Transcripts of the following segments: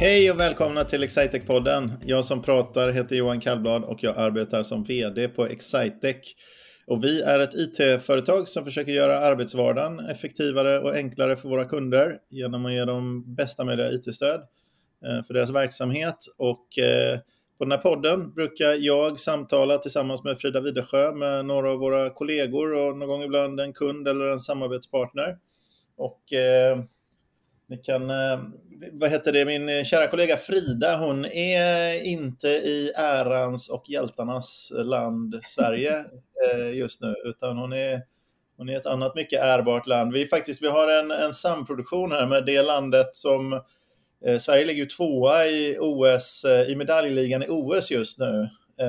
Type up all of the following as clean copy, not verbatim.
Hej och välkomna till Excitec-podden. Jag som pratar heter Johan Kallblad och jag arbetar som vd på Excitec. Och vi är ett IT-företag som försöker göra arbetsvardagen effektivare och enklare för våra kunder genom att ge dem bästa möjliga IT-stöd för deras verksamhet. Och på den här podden brukar jag samtala tillsammans med Frida Widersjö med några av våra kollegor och någon gång ibland en kund eller en samarbetspartner. Och ni kan, min kära kollega Frida, hon är inte i ärans och hjältarnas land Sverige just nu, utan hon är ett annat mycket ärbart land. Vi har en samproduktion här med det landet som Sverige ligger ju tvåa i OS, i medaljligan i OS just nu.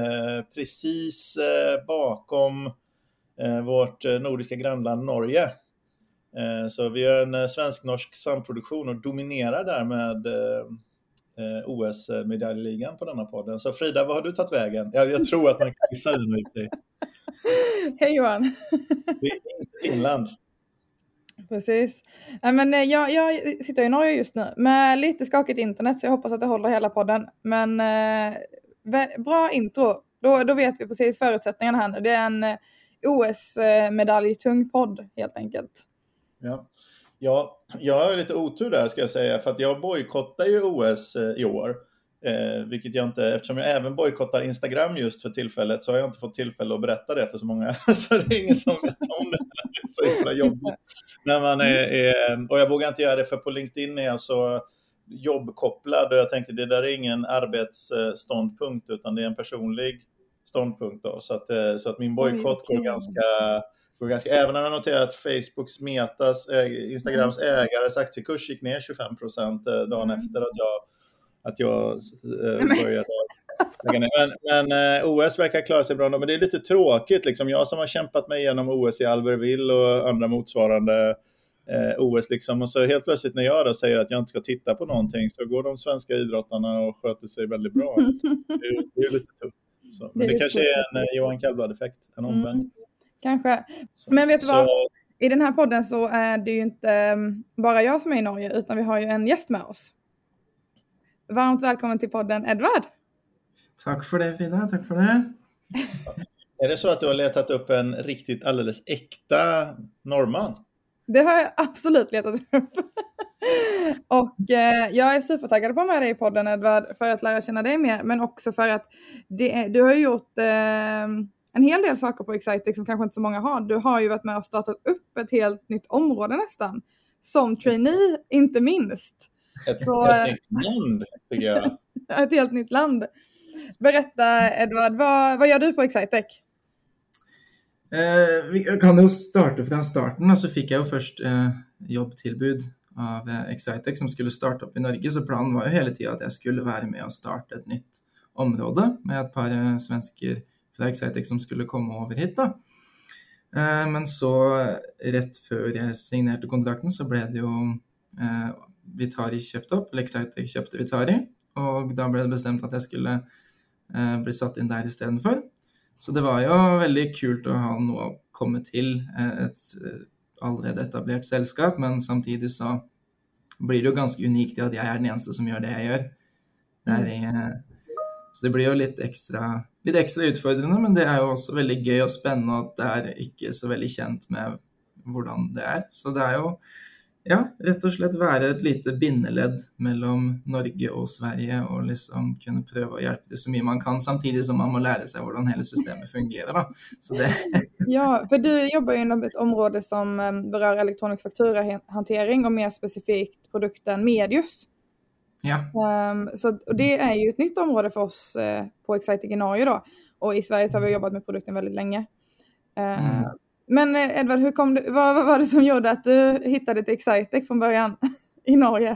Precis bakom vårt nordiska grannland Norge. Så vi gör en svensk-norsk samproduktion och dominerar därmed OS-medaljligan på denna podden. Så Frida, vad har du tagit vägen? Jag tror att man kan gissa det nu. Hej Johan. Det är inte Finland. Precis. Men jag sitter i Norge just nu med lite skakigt internet, så jag hoppas att det håller hela podden. Men bra intro. Då vet vi precis förutsättningarna här nu. Det är en OS-medaljtung podd helt enkelt. Ja, jag har lite otur där ska jag säga, för att jag bojkottar ju OS i år. Vilket jag inte, eftersom jag även bojkottar Instagram just för tillfället, så har jag inte fått tillfälle att berätta det för så många. Så det är ingen som vet om det. Det är så himla jobbigt. När man och jag vågar inte göra det, för på LinkedIn är jag så jobbkopplad. Och jag tänkte det där är ingen arbetsståndpunkt, utan det är en personlig ståndpunkt då. Så att min bojkott går ganska, även när jag noterar att Facebooks Instagrams ägares aktiekurs gick ner 25% dagen efter att jag började lägga ner. Men OS verkar klara sig bra, men det är lite tråkigt liksom. Jag som har kämpat mig igenom OS i Albertville och andra motsvarande OS liksom, och så helt plötsligt när jag då säger att jag inte ska titta på någonting, så går de svenska idrottarna och sköter sig väldigt bra. Det är lite tufft. Så. Men det kanske är en Johan Kallblad-effekt, en omvänd. Kanske. Men vet du vad? I den här podden så är det ju inte bara jag som är i Norge, utan vi har ju en gäst med oss. Varmt välkommen till podden, Edvard. Tack för det, Frida. Tack för det. Är det så att du har letat upp en riktigt alldeles äkta norrman? Det har jag absolut letat upp. Och jag är supertaggad på att med dig i podden, Edvard, för att lära känna dig mer. Men också för att du har ju gjort en hel del saker på Excitec som kanske inte så många har. Du har ju varit med och startat upp ett helt nytt område nästan. Som trainee, inte minst. Ett nytt land, tycker jag. Ett helt nytt land. Berätta, Edvard, vad gör du på Excitec? Vi kan ju starta från starten. Så fick jag ju först jobbtilbud av Excitec som skulle starta upp i Norge. Så planen var ju hela tiden att jag skulle vara med och starta ett nytt område med ett par svenskar från Excitec som skulle komma över hit då. Men så rätt för jag signerade kontrakten så blev det ju Vitari köpt upp, eller Excitec köpte Vitari, och då blev det bestämt att jag skulle bli satt in där istället för. Så det var ju väldigt kul att ha något att komma till, ett allerede etablerat sällskap, men samtidigt så blir det ju ganska unikt att jag är den enda som gör det jag gör. Så det blir ju lite extra utfordrande, men det är ju också väldigt kul och spännande att det är inte så väldigt känt med hur det är. Så det är ju rätt och slett vara ett litet bindeled mellan Norge och Sverige och liksom kunna pröva att hjälpa det så mycket man kan, samtidigt som man må lära sig hur hela systemet fungerar då. Så det... Ja, för du jobbar ju inom ett område som berör elektronisk fakturahantering och mer specifikt produkten Medius. Ja. Och det är ju ett nytt område för oss på Excitec i Norge då. Och i Sverige så har vi jobbat med produkten väldigt länge. Men Edvard, vad var det som gjorde att du hittade till Excitec från början i Norge?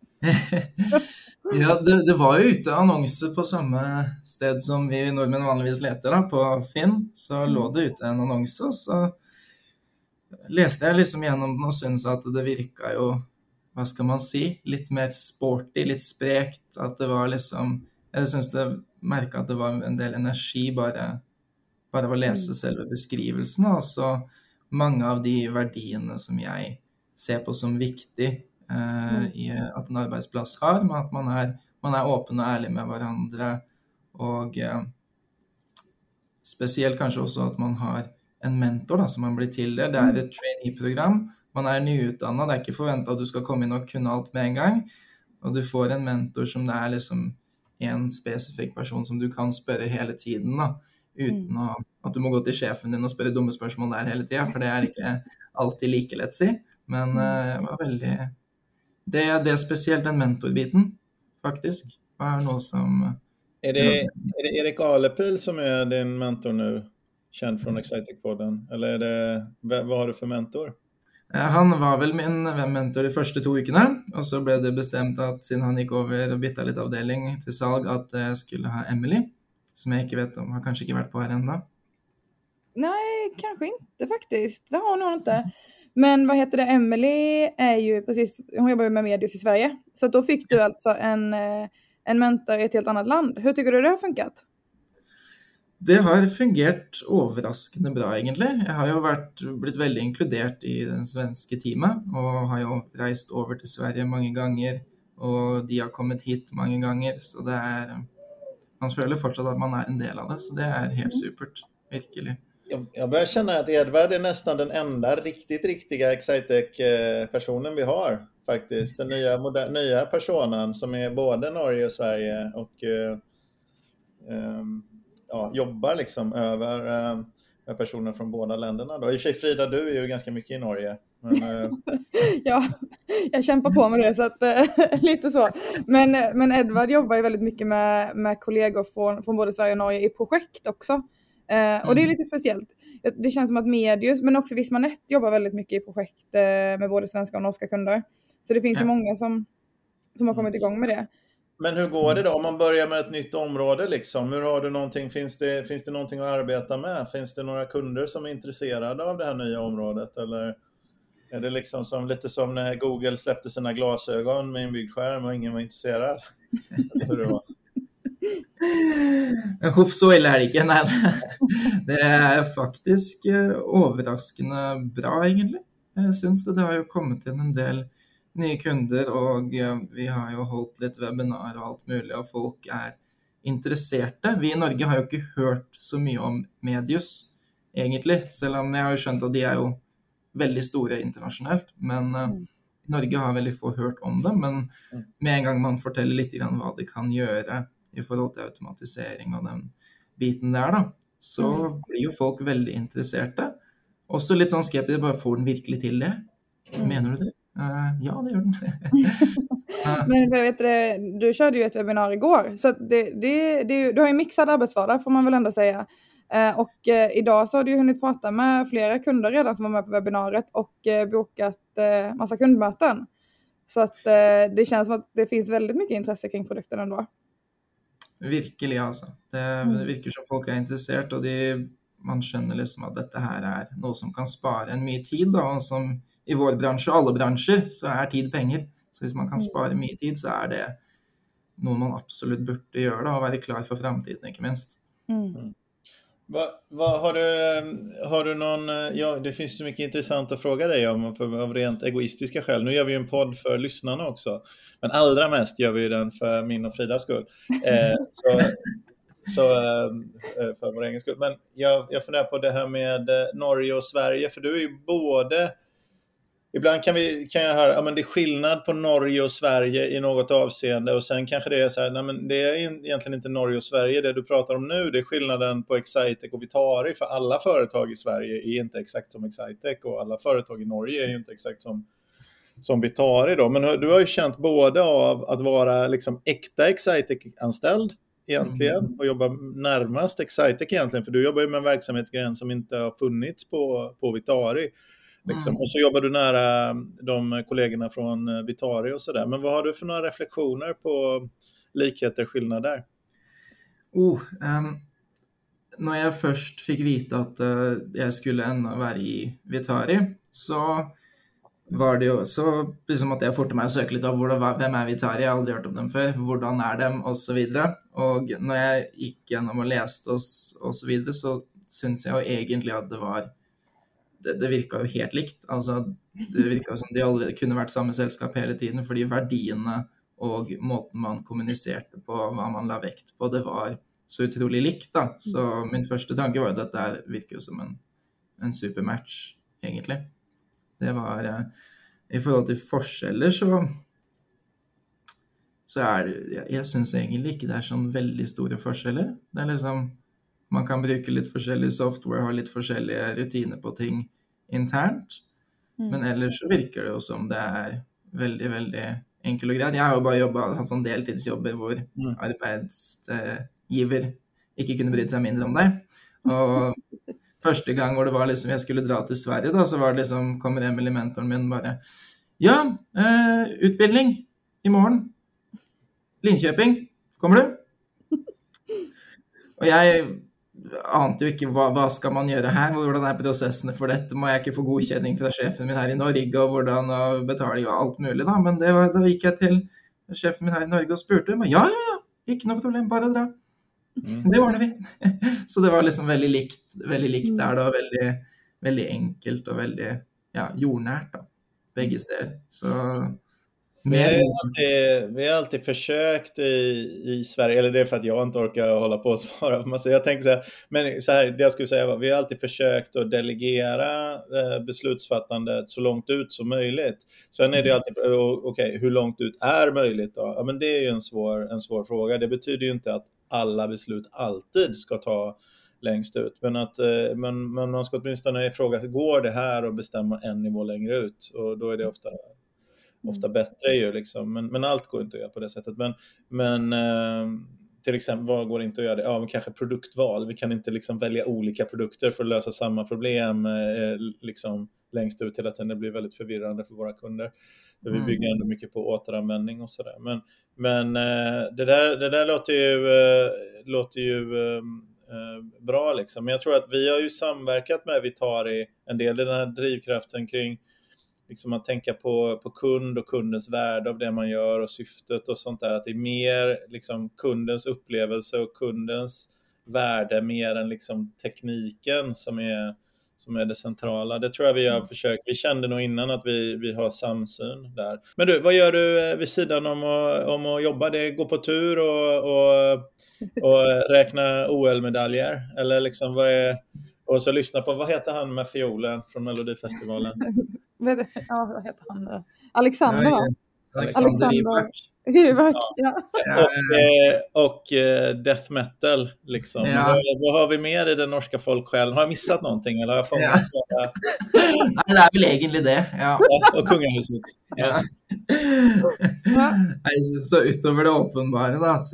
Ja, det var ju ute annonser på samma sted som vi norrmän vanligtvis letar då, på Finn. Så låg det ute en annons, och så läste jag liksom igenom den och syntes att det virkade ju, vad ska man säga, lite mer sporty, lite sprekt, att det var liksom, jag syns det märkte att det var en del energi bara att läsa själva beskrivelsen. Så många av de värdierna som jag ser på som viktig i at en arbeidsplass har, med at man er åpen og ærlig med hverandre, og spesielt kanskje også at man har en mentor da, som man blir tildelt. Det er et trainee-program, man er nyutdannet, det er ikke forventet at du skal komme inn og kunne alt med en gang, og du får en mentor som det er liksom en spesifikk person som du kan spørre hele tiden da, uten at du må gå til sjefen din og spørre dumme spørsmål der hele tiden, for det er ikke alltid like lett si, men det var veldig, det er spesielt den mentorbiten, faktisk, var noe som... Är det Erik Alepil som är din mentor nu, känd från Excitec-podden? Eller vad har du för mentor? Han var vel min mentor de første 2 ukene, og så ble det bestemt at siden han gikk over og byttet litt avdeling til salg, at jeg skulle ha Emily, som jeg ikke vet om, har kanskje ikke vært på her enda. Nej, kanske inte faktiskt. Det har hon nog inte. Men vad heter det? Emily är ju precis, hon jobbar ju med medius i Sverige. Så då fick du alltså en mentor i ett helt annat land. Hur tycker du det har funkat? Det har fungert overraskende bra egentlig. Jeg har jo blitt veldig inkludert i den svenske teamet, og har jo reist over til Sverige mange ganger, og de har kommet hit mange ganger, så det man føler fortsatt att man är en del av det, så det är helt supert, virkelig. Jag börjar känna att Edvard är nästan den enda riktiga Excitec-personen vi har faktiskt. Den nya personen som är både Norge och Sverige och jobbar liksom över med personer från båda länderna. Då. I och för sig Frida, du är ju ganska mycket i Norge. Men, ja, jag kämpar på med det så att lite så. Men Edvard jobbar ju väldigt mycket med kollegor från både Sverige och Norge i projekt också. Och det är lite speciellt. Det känns som att Medius, men också Vismanet jobbar väldigt mycket i projekt med både svenska och norska kunder. Så det finns ju många som har kommit igång med det. Men hur går det då om man börjar med ett nytt område liksom? Hur har du någonting, finns det någonting att arbeta med? Finns det några kunder som är intresserade av det här nya området? Eller är det liksom lite som när Google släppte sina glasögon med inbyggd skärm och ingen var intresserad? Hur det var? Så ille er det ikke, nei. Det er faktisk overraskende bra egentlig. Jeg synes det har jo kommet inn en del nye kunder, og vi har jo holdt litt webinar og alt mulig, og folk er interesserte. Vi i Norge har jo ikke hørt så mye om Medius, egentlig, selv om jeg har jo skjønt at de er jo veldig store internasjonalt, men i Norge har veldig få hørt om det, men med en gang man forteller litt grann hva det kan gjøre i forhold til automatisering og den biten der da, så blir jo folk veldig interesserte. Også litt sånn skeptisk, bare får den virkelig til det? Mener du det? Ja, det gör den. Men vet du körde ju ett webinar igår, så du har ju mixad arbetsvardag får man väl ändå säga. Och idag så har du ju hunnit prata med flera kunder redan som var med på webbinariet och bokat massa kundmöten. Så att det känns som att det finns väldigt mycket intresse kring produkten ändå. Virkelig, altså. Det virker som folk er interessert, og man skjønner liksom at dette her er noe som kan spare en mye tid, da, og som i vår bransje og alle bransjer så er tid penger. Så hvis man kan spare mye tid, så er det noe man absolutt burde gjøre da, og være klar for fremtiden, ikke minst. Har du någon, det finns så mycket intressant att fråga dig om av rent egoistiska skäl. Nu gör vi ju en podd för lyssnarna också, men allra mest gör vi den för min och Fridas skull. Så för vår egen skull. Men jag funderar på det här med Norge och Sverige, för du är ju både... Ibland kan jag höra att det är skillnad på Norge och Sverige i något avseende, och sen kanske det är så här, nej, men det är egentligen inte Norge och Sverige det du pratar om nu, det är skillnaden på Excitec och Vitari, för alla företag i Sverige är inte exakt som Excitec och alla företag i Norge är ju inte exakt som Vitari då, men du har ju känt både av att vara liksom äkta Excitec-anställd egentligen och jobba närmast Excitec egentligen, för du jobbar ju med en verksamhetsgräns som inte har funnits på Vitari. Liksom. Och så jobbar du nära de kollegorna från Vitari och sådär. Men vad har du för några reflektioner på likheter, skillnader? När jag först fick veta att jag skulle ända vara i Vitari, så var det ju så liksom att jag fortade mig att söka lite av vem är Vitari, jag har aldrig hört om dem för, hvordan är dem och så vidare. Och när jag gick igenom och läste och så vidare, så syns jag egentligen att det var det virket jo helt likt. Altså, det virket som de alle kunne vært samme selskap hele tiden, fordi verdiene og måten man kommuniserte på, hva man la vekt på, det var så utrolig likt da. Så min første tanke var at dette virker jo som en supermatch, egentlig. Det var, i forhold til forskjeller, så det, jeg synes egentlig ikke det sånn veldig store forskjeller. Det liksom, man kan bruke litt forskjellig software, ha litt forskjellige rutiner på ting internt, men ellers så virker det jo som det veldig, veldig enkelt og greit. Jeg har jo bare hatt sånn deltidsjobber hvor arbeidsgiver ikke kunne bryte seg mindre om det. Og første gang hvor det var liksom, jeg skulle dra til Sverige da, så var det liksom, kommer Emil, mentoren min, bare, ja, utbildning i morgen. Linköping, kommer du? Og jeg ante jo ikke hva skal man gjøre her, hvordan prosessene for dette, må jeg ikke få godkjenning fra sjefen min her i Norge, og hvordan betaling og alt mulig da, men da gikk jeg til sjefen min her i Norge og spurte, ja, ikke noe problem, bare dra. Det ordner vi. Så det var liksom veldig likt der da, veldig, veldig enkelt og veldig, ja, jordnært da, begge steder, så... Vi har alltid försökt i Sverige, eller det är för att jag inte orkar hålla på och svara på massa. Jag tänker så här, men så här, det jag skulle säga var, vi har alltid försökt att delegera beslutsfattandet så långt ut som möjligt. Sen är det alltid, okej, hur långt ut är möjligt då? Ja, men det är ju en svår fråga. Det betyder ju inte att alla beslut alltid ska ta längst ut, men att men man ska åtminstone fråga sig, går det här att bestämma en nivå längre ut? Och då är det ofta bättre ju liksom, men allt går inte att göra på det sättet, men till exempel, vad går inte att göra det? Ja, men kanske produktval, vi kan inte liksom välja olika produkter för att lösa samma problem liksom längst ut, till att det blir väldigt förvirrande för våra kunder, för vi bygger ändå mycket på återanvändning och sådär, men det där låter ju bra liksom, men jag tror att vi har ju samverkat med Vitari en del i den här drivkraften kring liksom att tänka på kund och kundens värde av det man gör och syftet och sånt där, att det är mer liksom kundens upplevelse och kundens värde mer än liksom tekniken som är det centrala. Det tror jag vi har försökt. Vi kände nog innan att vi har samsyn där. Men du, vad gör du vid sidan om att jobba? Det går på tur och räkna OL-medaljer, eller liksom och så lyssna på, vad heter han med fiolen från Melodifestivalen? Vad heter han? Alexander, va? Alexander Rybak, ja. Och death metal liksom. Ja. Vad har vi mer i den norska folksjälen? Har jag missat någonting eller har jag fångat Nej, det är väl egentligen det. Ja. Och kungahuset. Ja. Nej, så utöver det uppenbara då, så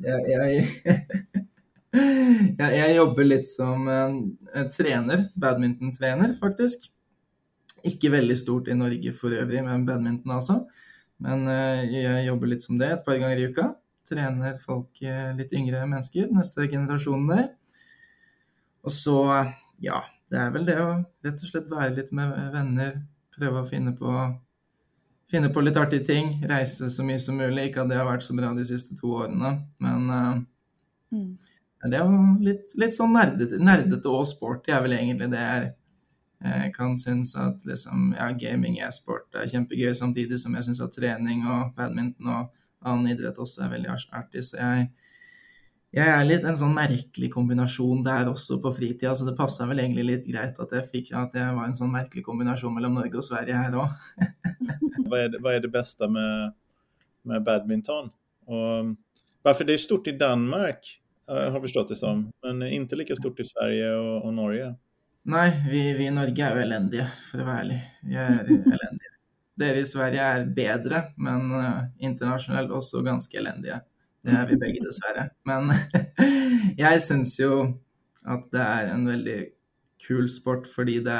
jag jobbar lite som trener, badminton-trener faktiskt. Ikke veldig stort i Norge for øvrig med badminton altså, men jeg jobber litt som det et par ganger i uka, trener folk, litt yngre mennesker, neste generasjon der, og så, ja, det vel det å rett og slett være litt med venner, prøve å finne på litt artige ting, reise så mye som mulig, ikke at det har vært så bra de siste 2 årene, men det litt sånn nerdete og sport, det vel egentlig det jeg kan synes at liksom, ja, gaming sport kjempegøy, samtidig som jeg synes at trening og badminton og annen idrett også veldig artig, så jeg litt en sånn merkelig kombinasjon der også på fritida, så det passet vel egentlig litt greit at jeg var en sånn merkelig kombinasjon mellom Norge og Sverige her også. Vad är det bästa med badminton? Och varför det är stort i Danmark, jag har förstått det som, men inte lika stort i Sverige och Norge. Nej, vi i Norge jo elendige, for å være ærlig. Vi elendige. Dere i Sverige bedre, men internationellt også ganske elendige. Det vi begge dessverre. Men jeg synes jo at det en veldig kul sport, fordi det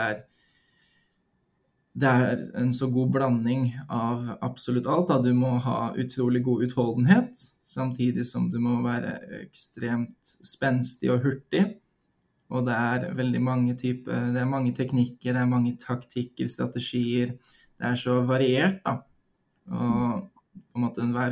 en så god blanding av absolutt alt. Da. Du må ha utrolig god utholdenhet, samtidig som du må være ekstremt spenstig og hurtig. Og det veldig mange typer, det mange teknikker, det mange taktikker, strategier. Det så variert da. Og på en måte hver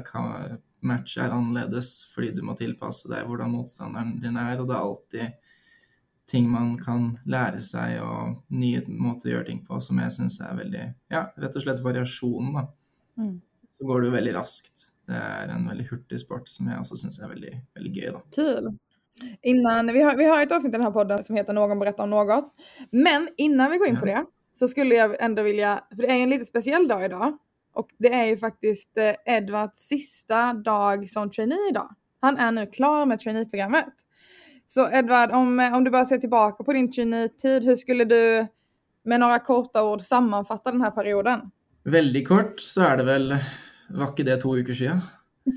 match annerledes, fordi du må tilpasse deg hvordan motstanderen din og det alltid ting man kan lära sig och nya måter att göra ting på som jag syns är väldigt, rätt och slett variation då. Så går det väldigt raskt. Det är en väldigt hurtig sport som jag också syns är väldigt, väldigt kul då. Kul. Innan, vi har ett avsnitt i den här podden som heter Någon berättar om något. Men innan vi går in på det så skulle jag ändå vilja, för det är en lite speciell dag idag. Och det är ju faktiskt Edvards sista dag som trainee idag. Han är nu klar med trainee-programmet. Så Edvard, om du bara ser tillbaka på din trainee-tid, hur skulle du med några korta ord sammanfatta den här perioden? Väldigt kort så är det väl, var inte det 2 veckor sedan?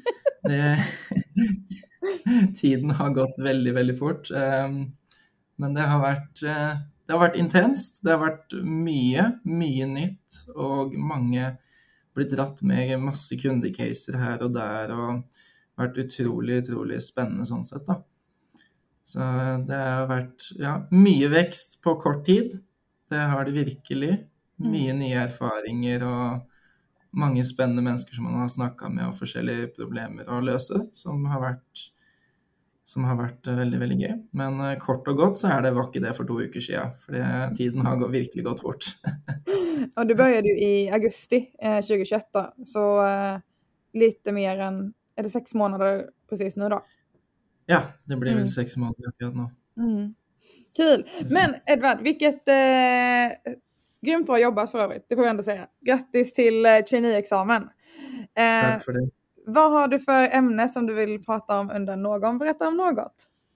Tiden har gått väldigt, väldigt fort. Men det har varit intenst. Det har varit mycket nytt och många blivit dratt med masse kundecaser här och där och varit otroligt spännande sånt sätt då. Så det har varit mycket växt på kort tid. Det har det verkligen. Mycket nya erfarenheter och många spännande människor som man har snackat med och olika problem att lösa som har varit väldigt, väldigt gøy. Men kort och gott så var inte det för 2 veckor sedan. För tiden har verkligen gått fort. Och du började ju i augusti 2021 då. Så lite mer än, är det 6 månader precis nu då? Ja, det blir väl 6 månader akkurat nu. Kul. Men Edvard, vilket grymt bra jobbat för övrigt. Det får jag ändå säga. Grattis till trainee-examen. Tack för det. Vad har du för ämne som du vill prata om under Någon berättar om något?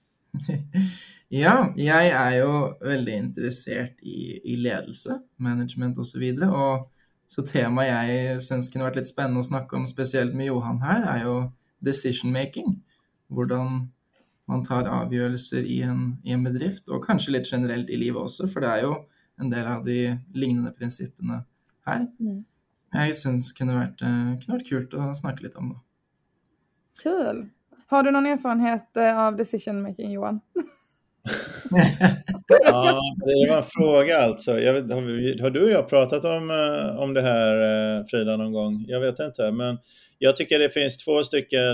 Ja, jag är ju väldigt intresserad i ledelse, management och så vidare. Och så tema jag syns kunde varit lite spännande att snacka om, speciellt med Johan här, är ju decision making. Hur man tar avgörelser i en bedrift och kanske lite generellt i livet också, för det är ju en del av de liknande principerna här. Jag syns kunde varit kul att snacka lite om det. Kul. Har du någon erfarenhet av decision making, Johan? Ja, det var en fråga alltså. Jag vet, har du och jag pratat om det här, Frida, någon gång? Jag vet inte, men jag tycker det finns 2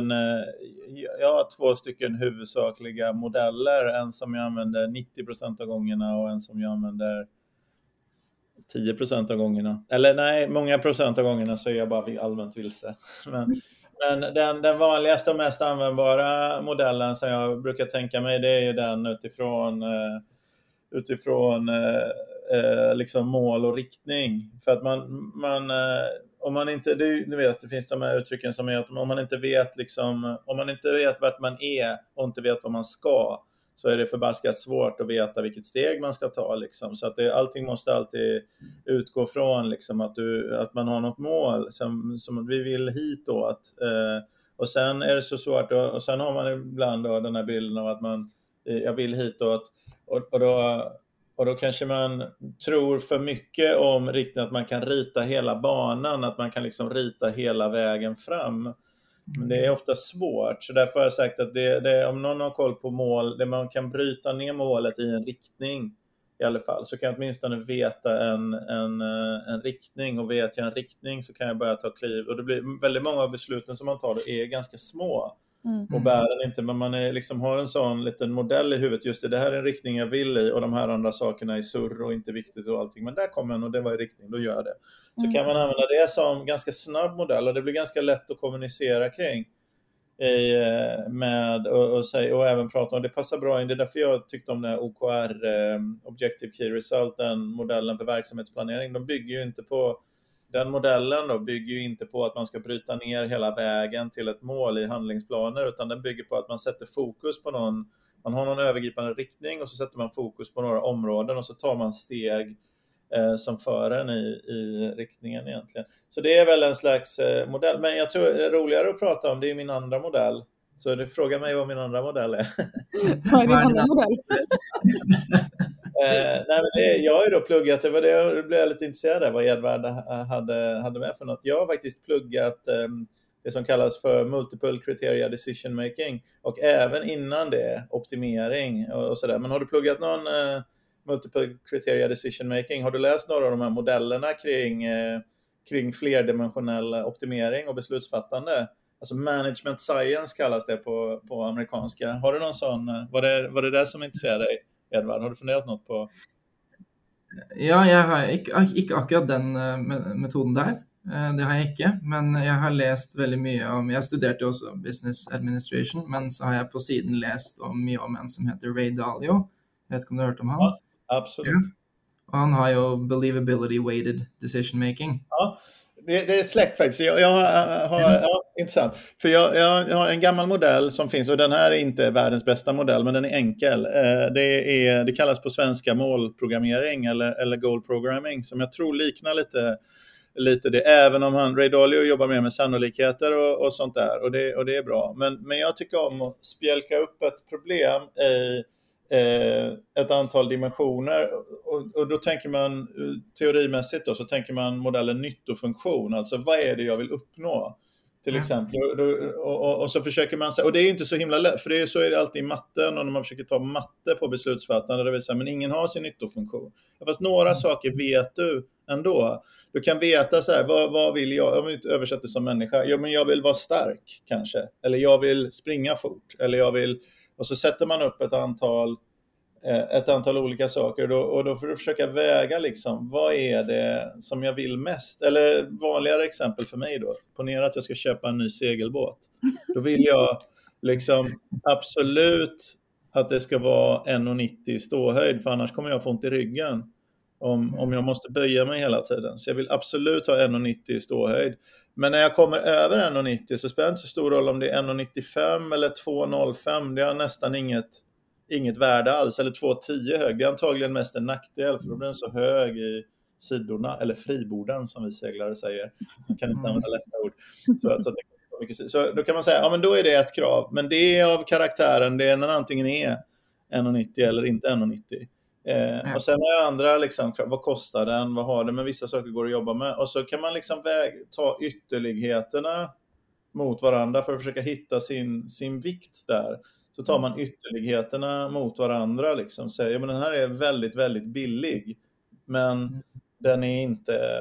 stycken huvudsakliga modeller. En som jag använder 90% av gångerna och en som jag använder 10% av gångerna. Eller nej, många procent av gångerna så är jag bara allmänt vilse. Men den vanligaste och mest användbara modellen som jag brukar tänka mig, det är ju den utifrån liksom mål och riktning. För att man om man inte, du vet, det finns de här uttrycken som är att om man inte vet vart man är och inte vet vad man ska, så är det förbaskat svårt att veta vilket steg man ska ta liksom. Så att allting måste alltid utgå från liksom att man har något mål som vi vill hitåt. Och sen är det så svårt och sen har man ibland då den här bilden av att jag vill hitåt och då kanske man tror för mycket om riktigt att man kan rita hela banan, att man kan liksom rita hela vägen fram. Men det är ofta svårt, så därför har jag sagt att det om någon har koll på mål, där man kan bryta ner målet i en riktning i alla fall, så kan jag åtminstone veta en riktning, och vet jag en riktning så kan jag börja ta kliv, och det blir väldigt många av besluten som man tar då är ganska små och bär inte, men man är liksom har en sån liten modell i huvudet, just det här är en riktning jag vill i och de här andra sakerna är surr och inte viktigt och allting, men där kommer en och det var i riktning, då gör jag det. Så kan man använda det som ganska snabb modell, och det blir ganska lätt att kommunicera kring och även prata om. Det passar bra in, det är därför jag tyckte om den här OKR, Objective Key Result, den modellen för verksamhetsplanering. Den modellen då bygger ju inte på att man ska bryta ner hela vägen till ett mål i handlingsplaner, utan den bygger på att man sätter fokus på man har någon övergripande riktning och så sätter man fokus på några områden och så tar man steg som för en i riktningen egentligen. Så det är väl en slags modell, men jag tror det är roligare att prata om, det är min andra modell. Så du frågar mig vad min andra modell är. Vad är din andra modell? Nej, men jag har ju då pluggat, det blev jag lite intresserad av vad Edvard hade med för något. Jag har faktiskt pluggat det som kallas för Multiple Criteria Decision Making, och även innan det optimering och sådär. Men har du pluggat någon Multiple Criteria Decision Making? Har du läst några av de här modellerna kring flerdimensionell optimering och beslutsfattande? Alltså management science kallas det på amerikanska. Har du någon sån? Var det där som intresserar dig? Edvard? Har du funderat något på? Ja, jeg har ikke akkurat den metoden der. Det har jeg ikke, men jeg har lest veldig mye om, jeg studerte jo også business administration, men så har jeg på siden lest mye om en som heter Ray Dalio. Jeg vet ikke om du har hørt om han? Ja, absolut. Ja. Och han har ju believability weighted decision making. Ja, det är släkt faktiskt. Intressant. För jag har en gammal modell som finns, och den här är inte världens bästa modell, men den är enkel. Det kallas på svenska målprogrammering eller goal programming, som jag tror liknar lite det, även om Ray Dalio jobbar mer med sannolikheter och sånt där, och det är bra. Men jag tycker om att spjälka upp ett problem i ett antal dimensioner, och då tänker man teorimässigt då, så tänker man modellen nyttofunktion, alltså vad är det jag vill uppnå till exempel, och så försöker man, och det är inte så himla lätt, för så är det alltid i matten, och när man försöker ta matte på beslutsfattande, det vill säga, men ingen har sin nyttofunktion. Fast några saker vet du ändå. Du kan veta så här, vad vill jag, om vi översätter som människa, men jag vill vara stark kanske, eller jag vill springa fort, eller jag vill. Och så sätter man upp ett antal olika saker, och då får du försöka väga liksom, vad är det som jag vill mest? Eller vanligare exempel för mig då, ponera att jag ska köpa en ny segelbåt. Då vill jag liksom absolut att det ska vara 1,90 ståhöjd, för annars kommer jag få ont i ryggen om jag måste böja mig hela tiden. Så jag vill absolut ha 1,90 ståhöjd. Men när jag kommer över 1,90 så spelar det inte så stor roll om det är 1,95 eller 2,05. Det har nästan inget värde alls. Eller 2,10 hög. Det är antagligen mest en nackdel, för då blir den så hög i sidorna. Eller friborden som vi seglare säger. Man kan inte använda lätta ord. Så då kan man säga, ja men då är det ett krav. Men det är av karaktären, det är när antingen är 1,90 eller inte 1,90. Och sen har jag andra liksom, vad kostar den, vad har den, men vissa saker går att jobba med, och så kan man liksom ta ytterligheterna mot varandra för att försöka hitta sin vikt där. Så tar man ytterligheterna mot varandra liksom, säger, men den här är väldigt, väldigt billig, men den är inte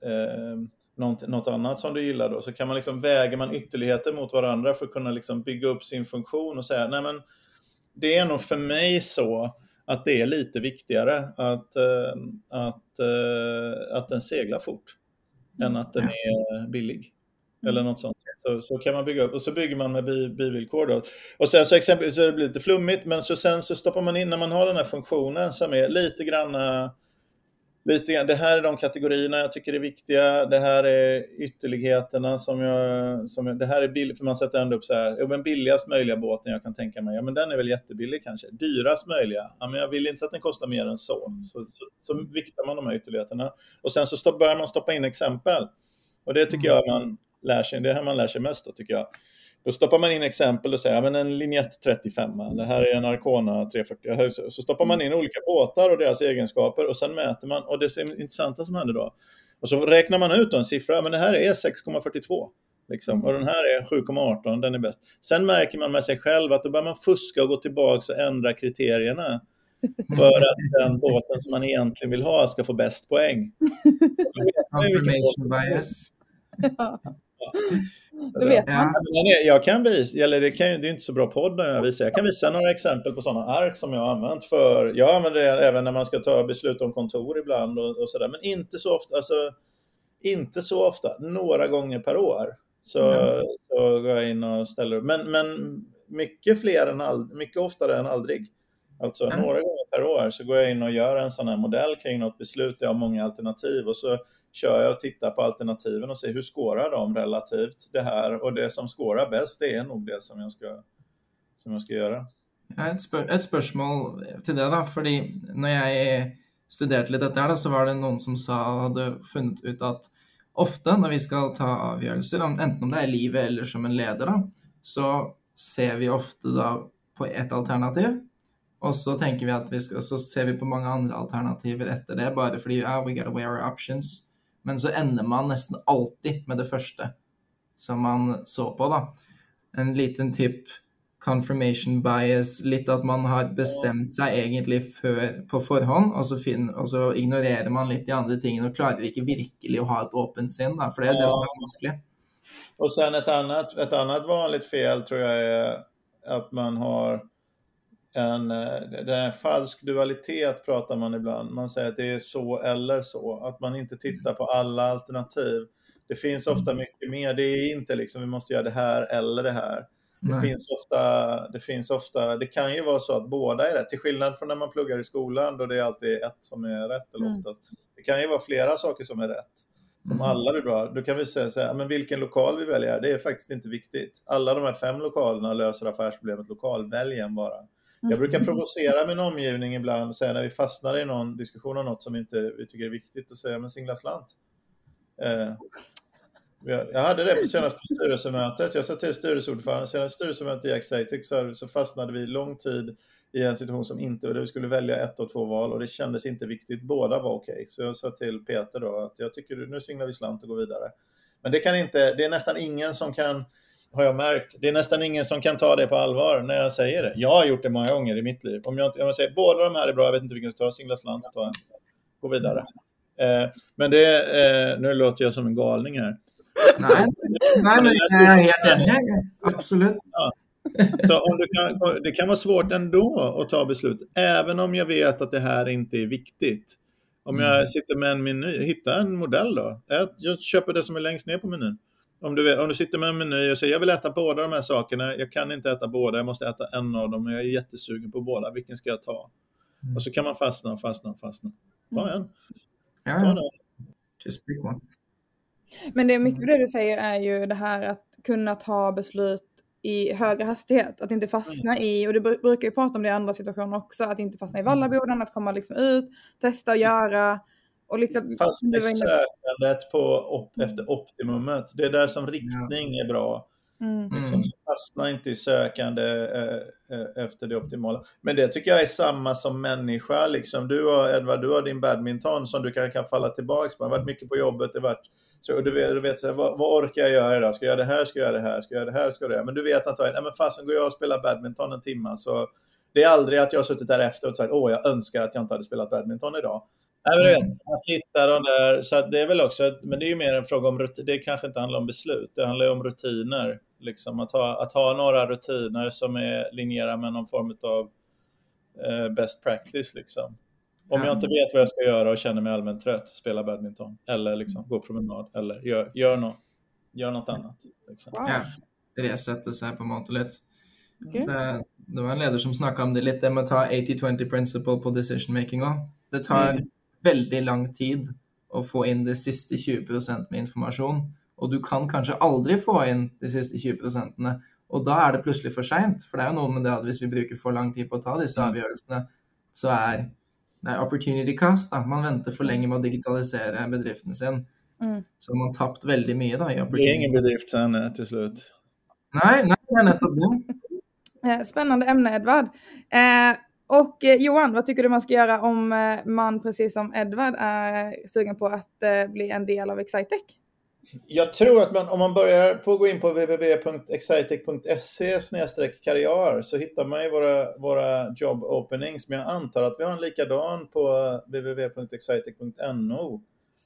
något annat som du gillar då. Så kan man liksom, väger man ytterligheter mot varandra för att kunna liksom bygga upp sin funktion och säga, nej men det är nog för mig så att det är lite viktigare att den seglar fort än att den är billig. Eller något sånt. Så kan man bygga upp. Och så bygger man med bivillkor då. Och sen så exempelvis så det blir lite flummigt. Men sen så stoppar man in, när man har den här funktionen som är lite grann. Det här är de kategorierna jag tycker är viktiga. Det här är ytterligheterna det här är billigt, för man sätter ändå upp så här, den billigast möjliga båten jag kan tänka mig. Ja, men den är väl jättebillig kanske. Dyrast möjliga. Ja, men jag vill inte att den kostar mer än så. Så viktar man de här ytterligheterna. Och sen så börjar man stoppa in exempel. Och det tycker jag man lär sig. Det är här man lär sig mest då, tycker jag. Då stoppar man in exempel och säger, ja, men en Linjett 35, det här är en Arcona 340. Så stoppar man in olika båtar och deras egenskaper, och sen mäter man, och det är intressanta som händer då. Och så räknar man ut en siffra, men det här är 6,42 liksom, och den här är 7,18, den är bäst. Sen märker man med sig själv att då börjar man fuska och gå tillbaka och ändra kriterierna för att den båten som man egentligen vill ha ska få bäst poäng. Confirmation bias. Det vet man. Jag kan visa, eller det är inte så bra podd när jag visar. Jag kan visa några exempel på sådana ark som jag har använt för. Jag använder det även när man ska ta beslut om kontor ibland och sådär. Men inte så ofta, inte så ofta. Några gånger per år så går jag in och ställer upp. Men mycket oftare än aldrig. Alltså några gånger per år så går jag in och gör en sån här modell kring något beslut. Jag har många alternativ, och så kör jag och tittar på alternativen och ser hur skårar de relativt det här, och det som skårar bäst, det är nog det som jag ska göra. Et spørsmål til det da, fordi når jeg studerte litt dette her da, så var det noen som hadde funnet ut at ofte når vi skal ta avgjørelser, enten om det er livet eller som en leder da, så ser vi ofte da på et alternativ, og så tenker vi at så ser vi på mange andre alternativer etter det, bare fordi we gotta weigh our options. Men så ender man nesten alltid med det første som man så på da. En liten typ confirmation bias, litt at man har bestemt seg egentlig på forhånd, og så ignorerer man litt de andre tingene og klarer ikke virkelig å ha et åpent sinn da, for det er det som er vanskelig. Och sen ett annat vanligt fel tror jag är att man har det är falsk dualitet pratar man ibland. Man säger att det är så eller så. Att man inte tittar på alla alternativ. Det finns ofta mycket mer. Det är inte liksom vi måste göra det här eller det här. Det kan ju vara så att båda är rätt. Till skillnad från när man pluggar i skolan då det är alltid ett som är rätt eller oftast. Det kan ju vara flera saker som är rätt. Som alla blir bra. Då kan vi säga så här, men vilken lokal vi väljer, det är faktiskt inte viktigt. Alla de här 5 lokalerna löser affärsproblemet lokal. Välj en bara. Jag brukar provocera min omgivning ibland och säga när vi fastnar i någon diskussion om något som inte vi tycker är viktigt och säga, men singla slant. Jag hade det på senaste styrelsemötet. Jag sa till styrelseordföranden, senaste styrelsemötet i Excitec så fastnade vi lång tid i en situation som inte, där vi skulle välja 1 och 2 val och det kändes inte viktigt. Båda var okej. Så jag sa till Peter då att jag tycker nu singlar vi slant och går vidare. Men det är nästan ingen som kan, har jag märkt, det är nästan ingen som kan ta det på allvar när jag säger det. Jag har gjort det många gånger i mitt liv. Om jag säger båda de här är bra, jag vet inte vilken jag ska ta, singla slant och ta en, gå vidare. Men nu låter jag som en galning här. Nej, men jag är helt enig. Absolut. Ja. Så det kan vara svårt ändå att ta beslut, även om jag vet att det här inte är viktigt. Om jag sitter med en meny, hitta en modell då. Jag köper det som är längst ner på menyn. Om du sitter med en meny och säger jag vill äta båda de här sakerna, jag kan inte äta båda, jag måste äta en av dem och jag är jättesugen på båda, vilken ska jag ta? Och så kan man fastna. Ta en. Ja. Ta den. Just pick one. Men det är mycket det du säger är ju det här att kunna ta beslut i högre hastighet. Att inte fastna i, och du brukar ju prata om det i andra situationer också, att inte fastna i vallaboden, att komma liksom ut, testa och göra. Och liksom, fastna i sökandet efter optimumet. Det är där som riktning är bra. Liksom, fastna inte i sökande efter det optimala. Men det tycker jag är samma som människa. Liksom, Edvard, du har din badminton som du kan falla tillbaka på. Det har varit mycket på jobbet. Så du vet så här, vad orkar jag göra idag? Ska jag göra det här? Ska jag göra det här? Ska jag göra det här? Ska jag göra det här? Men du vet antagligen, men fasen går jag och spelar badminton en timme. Så det är aldrig att jag har suttit där efter och sagt, jag önskar att jag inte hade spelat badminton idag. Nej, men du vet, att hitta de där, så att det är väl också, men det är ju mer en fråga om rutin, det kanske inte handlar om beslut, det handlar ju om rutiner, liksom att ha några rutiner som är linjära med någon form av best practice liksom. Om jag inte vet vad jag ska göra och känner mig allmänt trött, spela badminton eller liksom gå promenad eller gör något annat liksom. Ja, resette sig på en måte litt. Det var en leder som snakket om det litt, det med å ta 80-20 principle på decision making også. Det tar veldig lang tid å få inn de siste 20% med informasjon, og du kan kanskje aldri få inn de siste 20%, og da er det plutselig for sent, for det er jo noe med det at hvis vi bruker for lang tid på å ta disse avgjørelsene, så er det opportunity cost, da. Man venter for lenge med å digitalisere bedriften sin, så man har tapt veldig mye da i opportunity. Det är ingen bedrift sen till slut. Nej, det är nettopp det. Spännande ämne, Edvard. Och Johan, vad tycker du man ska göra om man precis som Edvard är sugen på att bli en del av Excitec? Jag tror att om man börjar på att gå in på www.excitec.se/karriär så hittar man ju våra job openings, men jag antar att vi har en likadan på www.excitec.no.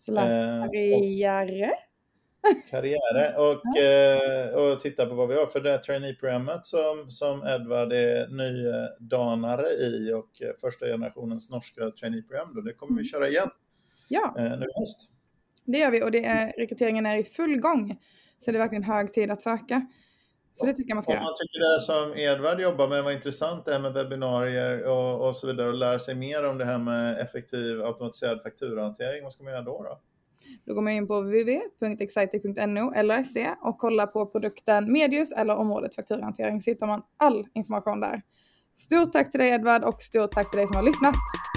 Karriär och titta på vad vi har för det trainee-programmet som Edvard är nydanare i och första generationens norska trainee-program då. Det kommer vi köra igen nu i höst. Det gör vi, och rekryteringen är i full gång, så det är verkligen hög tid att söka. Så det tycker jag man ska göra. Om man tycker det som Edvard jobbar med var intressant, det här med webbinarier och så vidare, och lära sig mer om det här med effektiv automatiserad fakturahantering, vad ska man göra då? Då går man in på www.excitec.no eller se och kollar på produkten Medius eller området fakturahantering, så hittar man all information där. Stort tack till dig, Edvard, och stort tack till dig som har lyssnat.